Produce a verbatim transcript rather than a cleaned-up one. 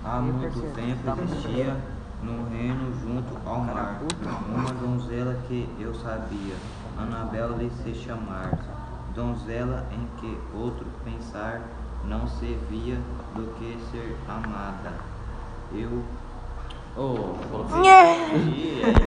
Há muito tempo existia no reino junto ao mar uma donzela que eu sabia, Anabel lhe se chamar, donzela em que outro pensar não se via do que ser amada. Eu, oh, coloquei